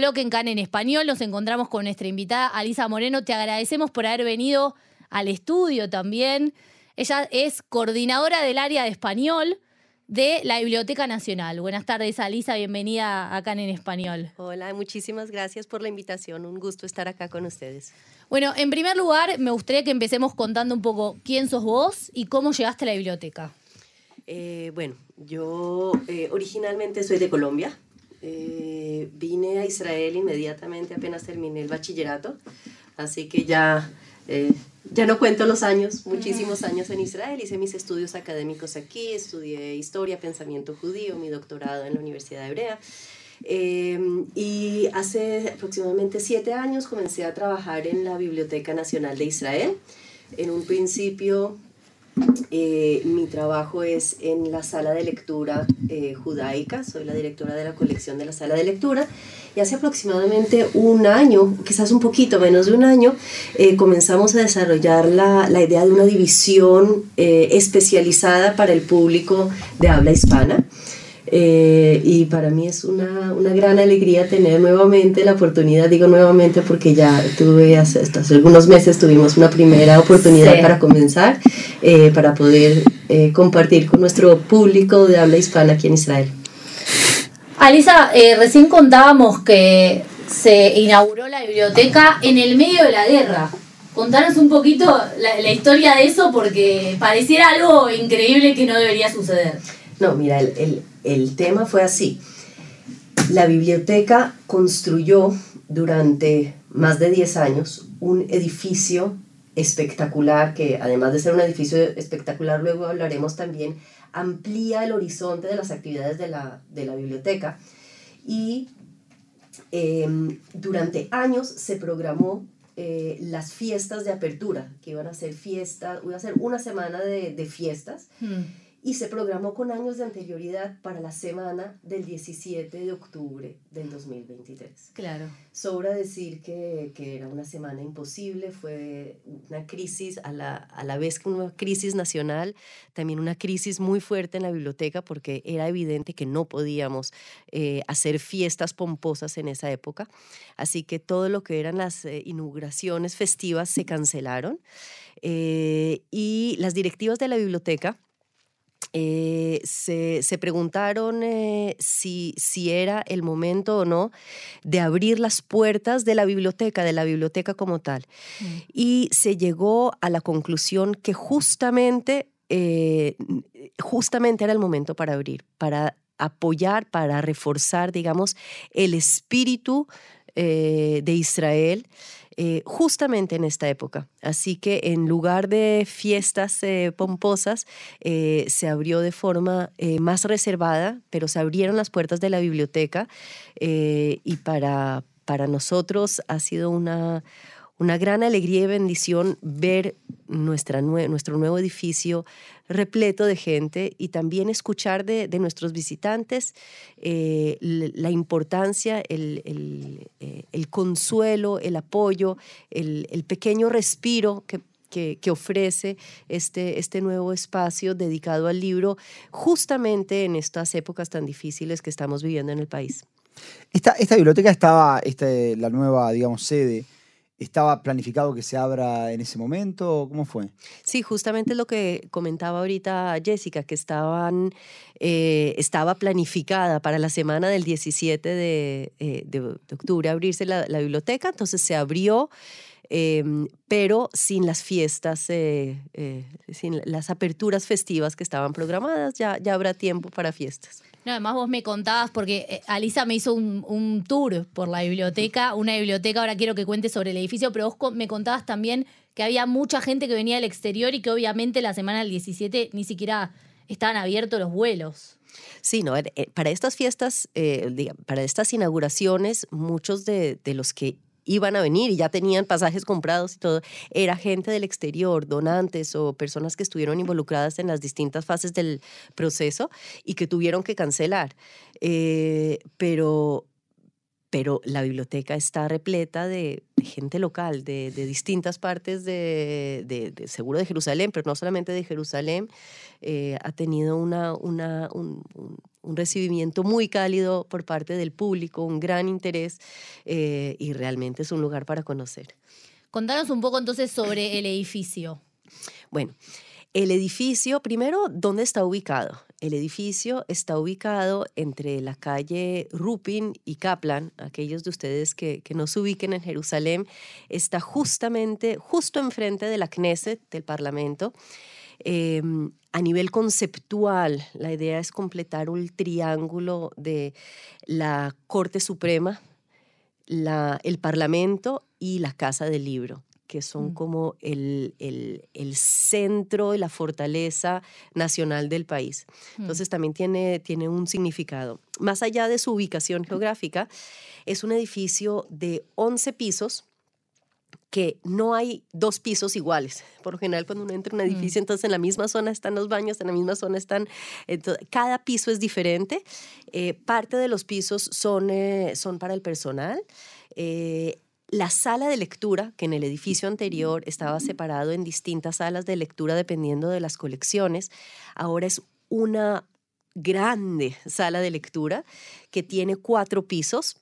bloque en CAN en Español. Nos encontramos con nuestra invitada Alisa Moreno. Te agradecemos por haber venido al estudio también. Ella es coordinadora del área de español de la Biblioteca Nacional. Buenas tardes, Alisa. Bienvenida a CAN en Español. Hola, muchísimas gracias por la invitación. Un gusto estar acá con ustedes. Bueno, en primer lugar, me gustaría que empecemos contando un poco quién sos vos y cómo llegaste a la biblioteca. Bueno, yo originalmente soy de Colombia. Vine a Israel inmediatamente apenas terminé el bachillerato, así que ya no cuento los años, muchísimos años en Israel. Hice mis estudios académicos aquí, estudié historia, pensamiento judío, mi doctorado en la Universidad Hebrea. Y hace aproximadamente 7 años comencé a trabajar en la Biblioteca Nacional de Israel. En un principio mi trabajo es en la sala de lectura judaica, soy la directora de la colección de la sala de lectura, y hace aproximadamente un año, quizás un poquito menos de un año, comenzamos a desarrollar la idea de una división especializada para el público de habla hispana. Y para mí es una gran alegría tener nuevamente la oportunidad, digo nuevamente porque ya tuve hace algunos meses tuvimos una primera oportunidad para comenzar, para poder compartir con nuestro público de habla hispana aquí en Israel. Alisa, recién contábamos que se inauguró la biblioteca en el medio de la guerra. Contanos un poquito la historia de eso, porque pareciera algo increíble que no debería suceder. No, mira, el tema fue así. La biblioteca construyó durante más de 10 años un edificio espectacular, que además de ser un edificio espectacular, luego hablaremos también, amplía el horizonte de las actividades de la biblioteca. Y durante años se programó las fiestas de apertura, que iba a ser una semana de fiestas. Y se programó con años de anterioridad para la semana del 17 de octubre del 2023. Claro. Sobra decir que era una semana imposible, fue una crisis, a la vez que una crisis nacional, también una crisis muy fuerte en la biblioteca, porque era evidente que no podíamos hacer fiestas pomposas en esa época. Así que todo lo que eran las inauguraciones festivas se cancelaron. Y las directivas de la biblioteca se preguntaron si era el momento o no de abrir las puertas de la biblioteca como tal. Y se llegó a la conclusión que justamente era el momento para abrir, para apoyar, para reforzar, digamos, el espíritu de Israel, justamente en esta época. Así que en lugar de fiestas pomposas, se abrió de forma más reservada, pero se abrieron las puertas de la biblioteca, y para nosotros ha sido una gran alegría y bendición ver nuestro nuevo edificio repleto de gente, y también escuchar de nuestros visitantes la importancia, el consuelo, el apoyo, el pequeño respiro que ofrece este nuevo espacio dedicado al libro, justamente en estas épocas tan difíciles que estamos viviendo en el país. Esta biblioteca estaba, la nueva, digamos, sede, ¿estaba planificado que se abra en ese momento? ¿Cómo fue? Sí, justamente lo que comentaba ahorita Jessica, que estaba planificada para la semana del 17 de octubre abrirse la biblioteca, entonces se abrió, pero sin las fiestas, sin las aperturas festivas que estaban programadas. Ya habrá tiempo para fiestas. No, además vos me contabas, porque Alisa me hizo un tour por la biblioteca, una biblioteca, ahora quiero que cuentes sobre el edificio, pero vos me contabas también que había mucha gente que venía del exterior y que obviamente la semana del 17 ni siquiera estaban abiertos los vuelos. Sí, no, para estas fiestas, para estas inauguraciones, muchos de los que iban a venir y ya tenían pasajes comprados y todo, era gente del exterior, donantes o personas que estuvieron involucradas en las distintas fases del proceso y que tuvieron que cancelar. Pero la biblioteca está repleta de gente local, de distintas partes seguro de Jerusalén, pero no solamente de Jerusalén. Ha tenido un recibimiento muy cálido por parte del público, un gran interés y realmente es un lugar para conocer. Contanos un poco entonces sobre el edificio. Bueno, el edificio, primero, ¿dónde está ubicado? El edificio está ubicado entre la calle Rupin y Kaplan. Aquellos de ustedes que no se ubiquen en Jerusalén, está justamente, justo enfrente de la Knesset, del Parlamento. A nivel conceptual, la idea es completar un triángulo de la Corte Suprema, el Parlamento y la Casa del Libro, que son como el centro y la fortaleza nacional del país. Entonces también tiene un significado. Más allá de su ubicación geográfica, es un edificio de 11 pisos, que no hay 2 pisos iguales. Por lo general, cuando uno entra en un edificio, entonces en la misma zona están los baños, en la misma zona están... Entonces, cada piso es diferente. Parte de los pisos son para el personal. La sala de lectura, que en el edificio anterior estaba separado en distintas salas de lectura dependiendo de las colecciones, ahora es una grande sala de lectura que tiene 4 pisos.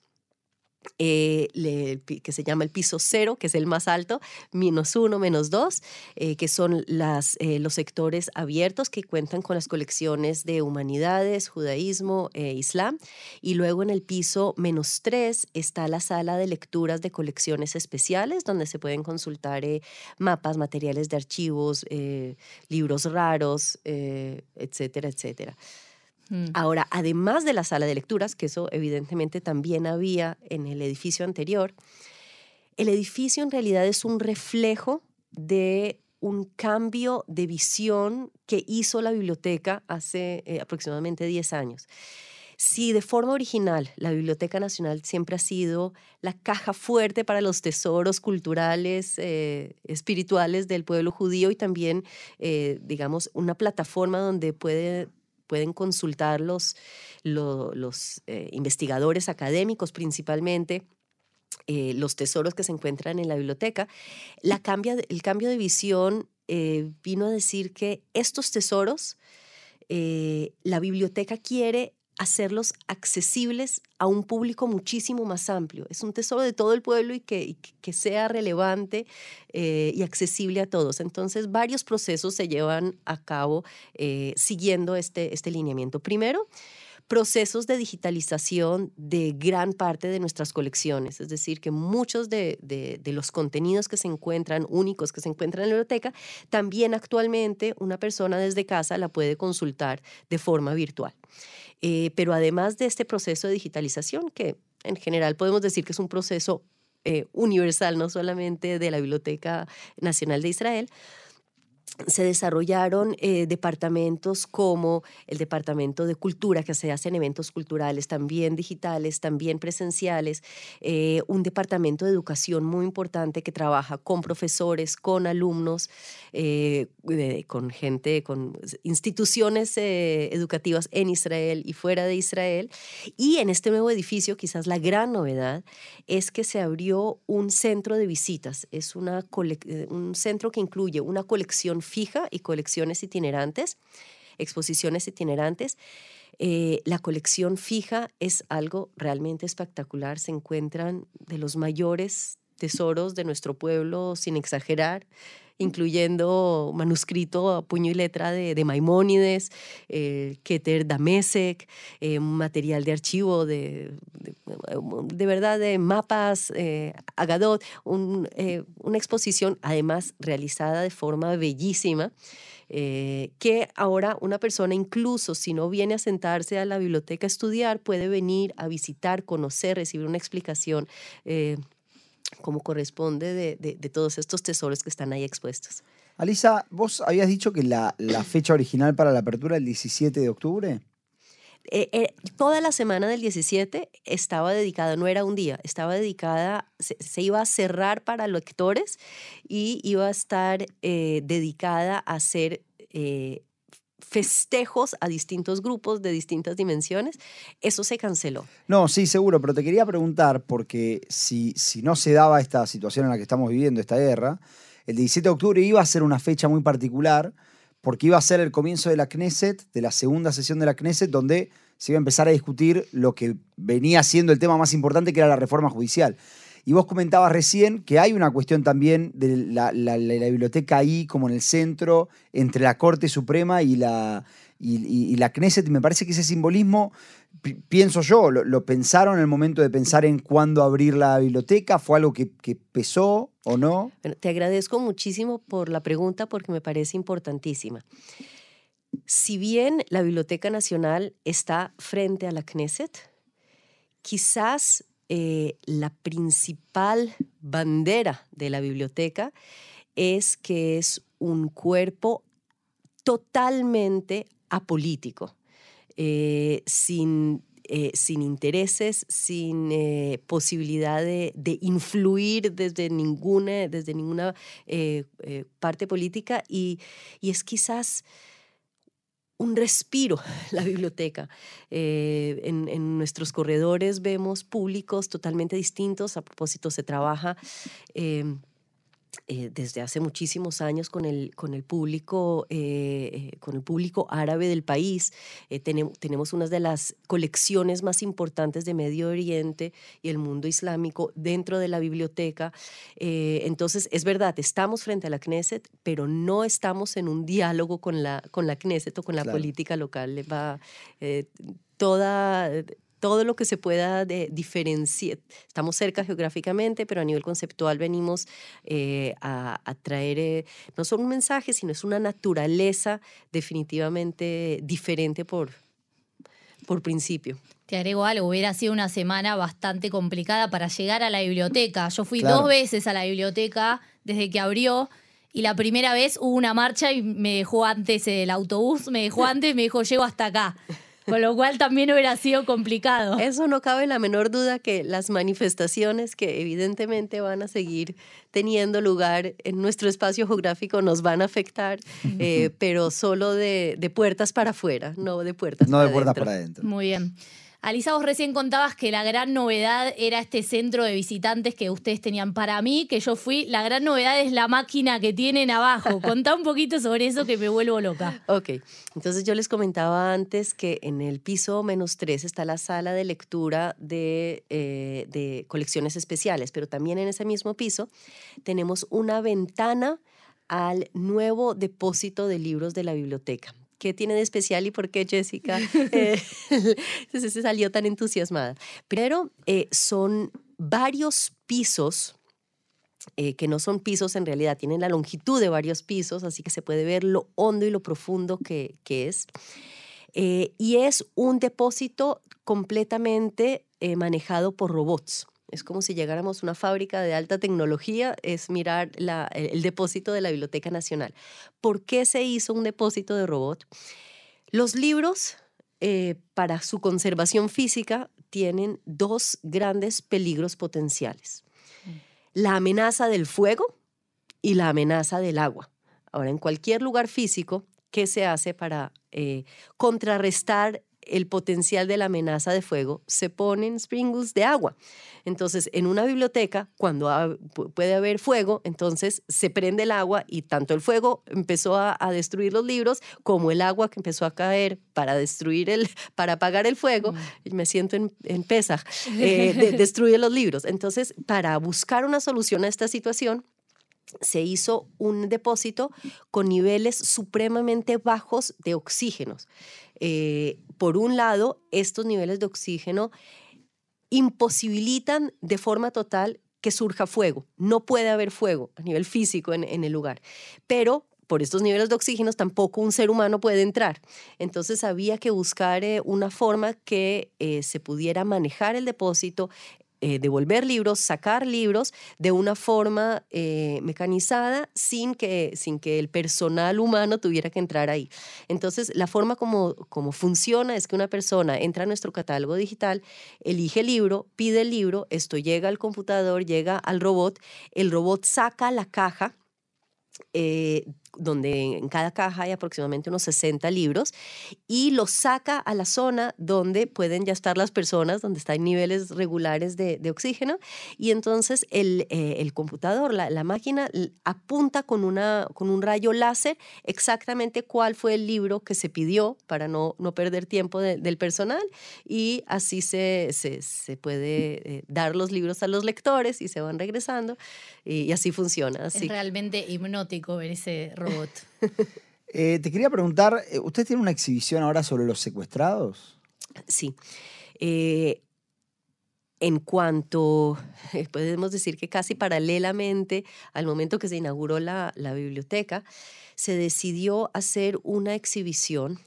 Que se llama el piso 0, que es el más alto, -1, -2, que son los sectores abiertos que cuentan con las colecciones de humanidades, judaísmo, islam, y luego en el piso -3 está la sala de lecturas de colecciones especiales, donde se pueden consultar mapas, materiales de archivos, libros raros, etcétera, etcétera. Ahora, además de la sala de lecturas, que eso evidentemente también había en el edificio anterior, el edificio en realidad es un reflejo de un cambio de visión que hizo la biblioteca hace aproximadamente 10 años. Si de forma original la Biblioteca Nacional siempre ha sido la caja fuerte para los tesoros culturales, espirituales del pueblo judío y también, digamos, una plataforma donde pueden consultar los investigadores académicos principalmente, los tesoros que se encuentran en la biblioteca, el cambio de visión vino a decir que estos tesoros, la biblioteca quiere hacerlos accesibles a un público muchísimo más amplio. Es un tesoro de todo el pueblo y que sea relevante y accesible a todos. Entonces, varios procesos se llevan a cabo siguiendo este lineamiento. Primero, procesos de digitalización de gran parte de nuestras colecciones, es decir, que muchos de los contenidos que se encuentran, únicos que se encuentran en la biblioteca, también actualmente una persona desde casa la puede consultar de forma virtual. Pero además de este proceso de digitalización, que en general podemos decir que es un proceso universal, no solamente de la Biblioteca Nacional de Israel, se desarrollaron departamentos como el Departamento de Cultura, que se hacen eventos culturales también digitales, también presenciales, un departamento de educación muy importante que trabaja con profesores, con alumnos, con gente, con instituciones educativas en Israel y fuera de Israel. Y en este nuevo edificio, quizás la gran novedad es que se abrió un centro de visitas. Es un centro que incluye una colección fija y colecciones itinerantes, exposiciones itinerantes. La colección fija es algo realmente espectacular. Se encuentran de los mayores tesoros de nuestro pueblo, sin exagerar, incluyendo manuscrito a puño y letra de Maimónides, Keter Damesek, material de archivo de verdad, de mapas, Agadot, una exposición además realizada de forma bellísima, que ahora una persona, incluso si no viene a sentarse a la biblioteca a estudiar, puede venir a visitar, conocer, recibir una explicación como corresponde de todos estos tesoros que están ahí expuestos. Alisa, vos habías dicho que la fecha original para la apertura es el 17 de octubre. Toda la semana del 17 estaba dedicada, no era un día, estaba dedicada, se iba a cerrar para lectores y iba a estar dedicada a hacer festejos a distintos grupos de distintas dimensiones. Eso se canceló. No, sí, seguro, pero te quería preguntar, porque si no se daba esta situación en la que estamos viviendo, esta guerra, el 17 de octubre iba a ser una fecha muy particular porque iba a ser el comienzo de la Knesset, de la segunda sesión de la Knesset, donde se iba a empezar a discutir lo que venía siendo el tema más importante, que era la reforma judicial. Y vos comentabas recién que hay una cuestión también de la biblioteca ahí, como en el centro, entre la Corte Suprema y la Knesset, y me parece que ese simbolismo, pienso yo, lo pensaron en el momento de pensar en cuándo abrir la biblioteca. ¿Fue algo que pesó o no? Bueno, te agradezco muchísimo por la pregunta porque me parece importantísima. Si bien la Biblioteca Nacional está frente a la Knesset, quizás la principal bandera de la biblioteca es que es un cuerpo totalmente apolítico, sin intereses, sin posibilidad de influir desde ninguna parte política, y es quizás un respiro la biblioteca. En nuestros corredores vemos públicos totalmente distintos. A propósito, se trabaja desde hace muchísimos años con el público árabe del país. Tenemos una de las colecciones más importantes de Medio Oriente y el mundo islámico dentro de la biblioteca. Entonces, es verdad, estamos frente a la Knesset, pero no estamos en un diálogo con la Knesset o con la política local. Todo lo que se pueda diferenciar. Estamos cerca geográficamente, pero a nivel conceptual venimos a traer no solo un mensaje, sino es una naturaleza definitivamente diferente por principio. Te agrego algo, hubiera sido una semana bastante complicada para llegar a la biblioteca. Yo fui 2 veces a la biblioteca desde que abrió, y la primera vez hubo una marcha y me dejó antes el autobús, me dijo llego hasta acá. Con lo cual también hubiera sido complicado. Eso no cabe la menor duda, que las manifestaciones que evidentemente van a seguir teniendo lugar en nuestro espacio geográfico nos van a afectar, pero solo de puertas para afuera, no de puertas para adentro. Muy bien. Alisa, vos recién contabas que la gran novedad era este centro de visitantes que ustedes tenían. Para mí, que yo fui, la gran novedad es la máquina que tienen abajo. Contá un poquito sobre eso, que me vuelvo loca. Ok, entonces yo les comentaba antes que en el piso -3 está la sala de lectura de colecciones especiales, pero también en ese mismo piso tenemos una ventana al nuevo depósito de libros de la biblioteca. ¿Qué tiene de especial y por qué Jessica se salió tan entusiasmada? Primero, son varios pisos, que no son pisos en realidad, tienen la longitud de varios pisos, así que se puede ver lo hondo y lo profundo que es. Y es un depósito completamente manejado por robots. Es como si llegáramos a una fábrica de alta tecnología, es mirar el depósito de la Biblioteca Nacional. ¿Por qué se hizo un depósito de robot? Los libros, para su conservación física, tienen 2 grandes peligros potenciales. La amenaza del fuego y la amenaza del agua. Ahora, en cualquier lugar físico, ¿qué se hace para contrarrestar el potencial de la amenaza de fuego? Se ponen sprinkles de agua. Entonces, en una biblioteca, cuando puede haber fuego, entonces se prende el agua, y tanto el fuego empezó a destruir los libros, como el agua que empezó a caer para apagar el fuego, me siento en Pesaj, destruye los libros. Entonces, para buscar una solución a esta situación, se hizo un depósito con niveles supremamente bajos de oxígenos. Por un lado, estos niveles de oxígeno imposibilitan de forma total que surja fuego. No puede haber fuego a nivel físico en el lugar, pero por estos niveles de oxígeno tampoco un ser humano puede entrar. Entonces había que buscar una forma que se pudiera manejar el depósito, devolver libros, sacar libros de una forma mecanizada, sin que el personal humano tuviera que entrar ahí. Entonces, la forma como funciona es que una persona entra a nuestro catálogo digital, elige el libro, pide el libro, esto llega al computador, llega al robot, el robot saca la caja donde en cada caja hay aproximadamente unos 60 libros, y los saca a la zona donde pueden ya estar las personas, donde están niveles regulares de oxígeno, y entonces el computador, la máquina, apunta con un rayo láser exactamente cuál fue el libro que se pidió para no perder tiempo del personal, y así se puede dar los libros a los lectores y se van regresando, y así funciona. Así. Es realmente hipnótico ver ese robot. Te quería preguntar, ¿usted tiene una exhibición ahora sobre los secuestrados? Sí. En cuanto, podemos decir que casi paralelamente al momento que se inauguró la biblioteca, se decidió hacer una exhibición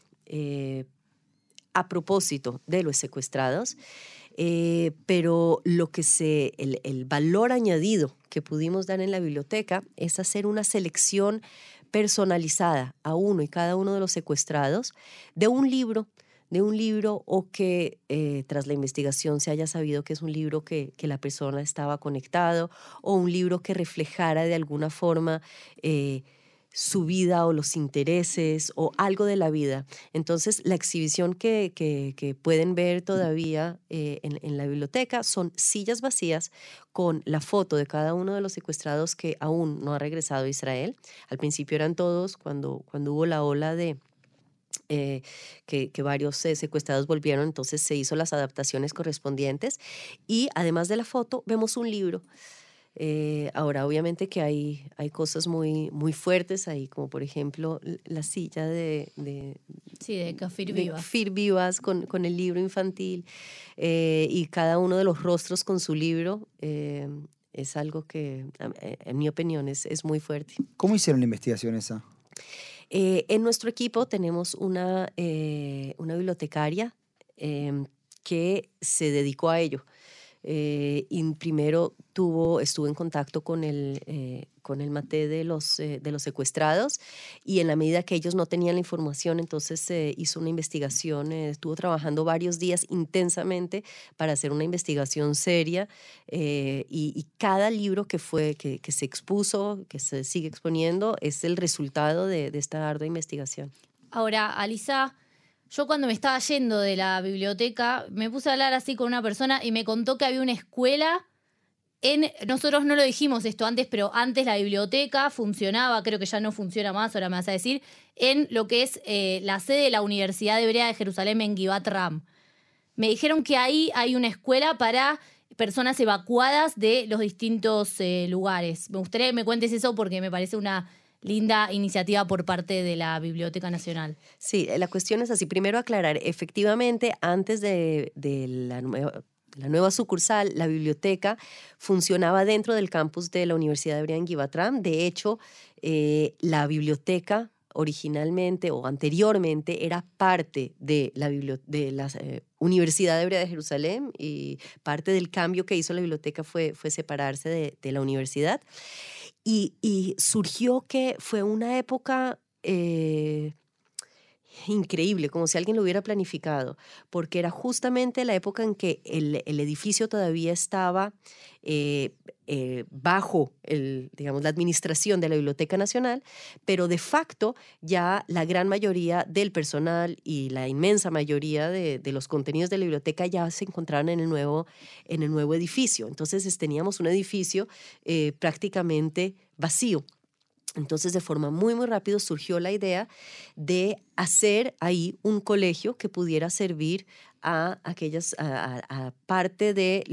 a propósito de los secuestrados, pero el valor añadido que pudimos dar en la biblioteca es hacer una selección personalizada a uno y cada uno de los secuestrados de un libro o que tras la investigación se haya sabido que es un libro que la persona estaba conectado, o un libro que reflejara de alguna forma su vida o los intereses o algo de la vida. Entonces, la exhibición que pueden ver todavía en la biblioteca son sillas vacías con la foto de cada uno de los secuestrados que aún no ha regresado a Israel. Al principio eran todos, cuando hubo la ola de que varios secuestrados volvieron, entonces se hizo las adaptaciones correspondientes, y además de la foto vemos un libro. Ahora, obviamente que hay cosas muy, muy fuertes ahí, como por ejemplo la silla de Kfir Vivas. Kfir Vivas con el libro infantil, y cada uno de los rostros con su libro. Es algo que, en mi opinión, es muy fuerte. ¿Cómo hicieron la investigación esa? En nuestro equipo tenemos una bibliotecaria que se dedicó a ello. Y primero estuvo en contacto con el maté de los secuestrados, y en la medida que ellos no tenían la información, entonces hizo una investigación, estuvo trabajando varios días intensamente para hacer una investigación seria, y cada libro que se expuso, que se sigue exponiendo, es el resultado de esta ardua investigación. Ahora, Alisa, yo cuando me estaba yendo de la biblioteca me puse a hablar así con una persona y me contó que había una escuela nosotros no lo dijimos esto antes, pero antes la biblioteca funcionaba, creo que ya no funciona más, ahora me vas a decir, en lo que es la sede de la Universidad Hebrea de Jerusalén en Givat Ram. Me dijeron que ahí hay una escuela para personas evacuadas de los distintos lugares. Me gustaría que me cuentes eso porque me parece una linda iniciativa por parte de la Biblioteca Nacional. Sí, la cuestión es así. Primero aclarar, efectivamente, antes de la nueva sucursal, la biblioteca funcionaba dentro del campus de la Universidad Hebrea en Givat Ram. De hecho, la biblioteca originalmente o anteriormente era parte de la Universidad Hebrea de Jerusalén, y parte del cambio que hizo la biblioteca fue separarse de la universidad. Y surgió que fue una época increíble, como si alguien lo hubiera planificado, porque era justamente la época en que el edificio todavía estaba bajo la administración de la Biblioteca Nacional, pero de facto ya la gran mayoría del personal y la inmensa mayoría de los contenidos de la biblioteca ya se encontraban en el nuevo edificio. Entonces teníamos un edificio prácticamente vacío. Entonces, de forma muy, muy rápido surgió la idea de hacer ahí un colegio que pudiera servir a parte de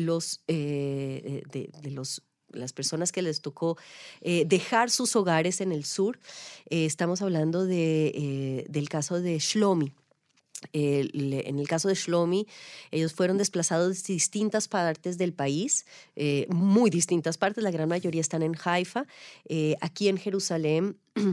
las personas que les tocó dejar sus hogares en el sur. Estamos hablando del caso de Shlomi. En el caso de Shlomi, ellos fueron desplazados de distintas partes del país, muy distintas partes, la gran mayoría están en Haifa. Aquí en Jerusalén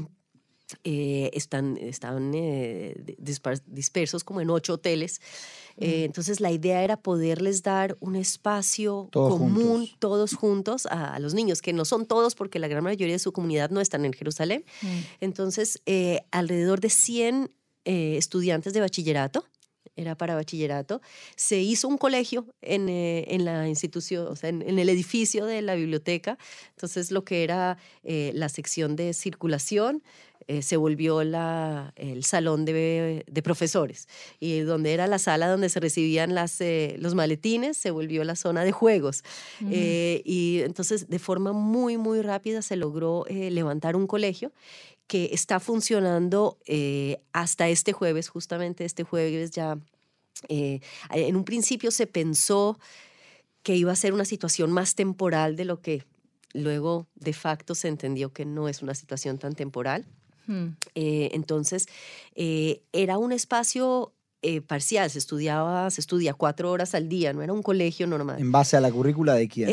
están dispersos como en 8 hoteles. Entonces la idea era poderles dar un espacio común, todos juntos, a los niños, que no son todos porque la gran mayoría de su comunidad no están en Jerusalén. Entonces alrededor de 100 estudiantes de bachillerato era para bachillerato. Se hizo un colegio en la institución, o sea, en el edificio de la biblioteca. Entonces, lo que era la sección de circulación se volvió el salón de profesores. Y donde era la sala donde se recibían los maletines, se volvió la zona de juegos. Y entonces, de forma muy, muy rápida se logró levantar un colegio que está funcionando hasta este jueves, justamente este jueves ya. En un principio se pensó que iba a ser una situación más temporal de lo que luego de facto se entendió que no es una situación tan temporal. Entonces, era un espacio parcial, se estudia 4 horas al día, no era un colegio normal. ¿En base a la currícula de quién?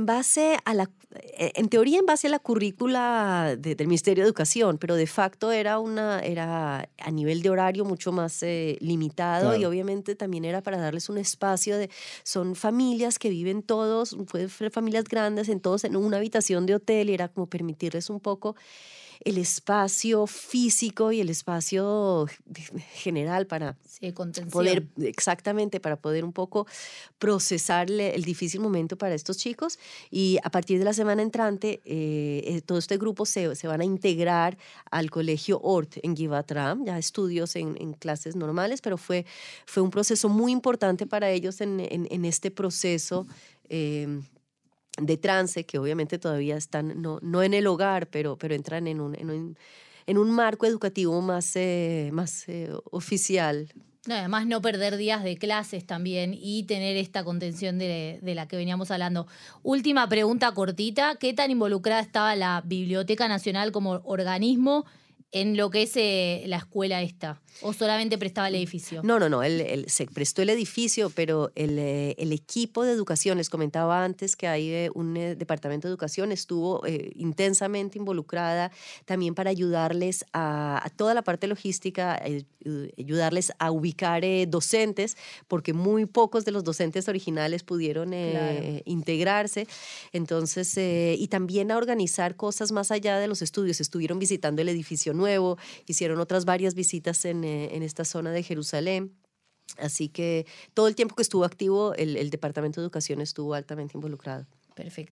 En teoría en base a la currícula del Ministerio de Educación, pero de facto era a nivel de horario mucho más limitado, Claro. y obviamente también era para darles un espacio son familias que viven todos, pueden ser familias grandes, todos en una habitación de hotel, y era como permitirles un poco el espacio físico y el espacio general para poder, exactamente, para poder un poco procesar el difícil momento para estos chicos. Y a partir de la semana entrante, todo este grupo se van a integrar al colegio Ort en Givat Ram, ya estudios en clases normales, pero fue un proceso muy importante para ellos en este proceso de trance, que obviamente todavía están, no en el hogar, pero entran en un marco educativo más oficial. No, además no perder días de clases también y tener esta contención de la que veníamos hablando. Última pregunta cortita, ¿qué tan involucrada estaba la Biblioteca Nacional como organismo en lo que es la escuela esta? ¿O solamente prestaba el edificio? No, se prestó el edificio, pero el equipo de educación, les comentaba antes que hay un departamento de educación, estuvo intensamente involucrada también para ayudarles a toda la parte logística, ayudarles a ubicar docentes, porque muy pocos de los docentes originales pudieron integrarse. Entonces, y también a organizar cosas más allá de los estudios. Estuvieron visitando el edificio nuevo, hicieron otras varias visitas en esta zona de Jerusalén. Así que todo el tiempo que estuvo activo, el Departamento de Educación estuvo altamente involucrado. Perfecto.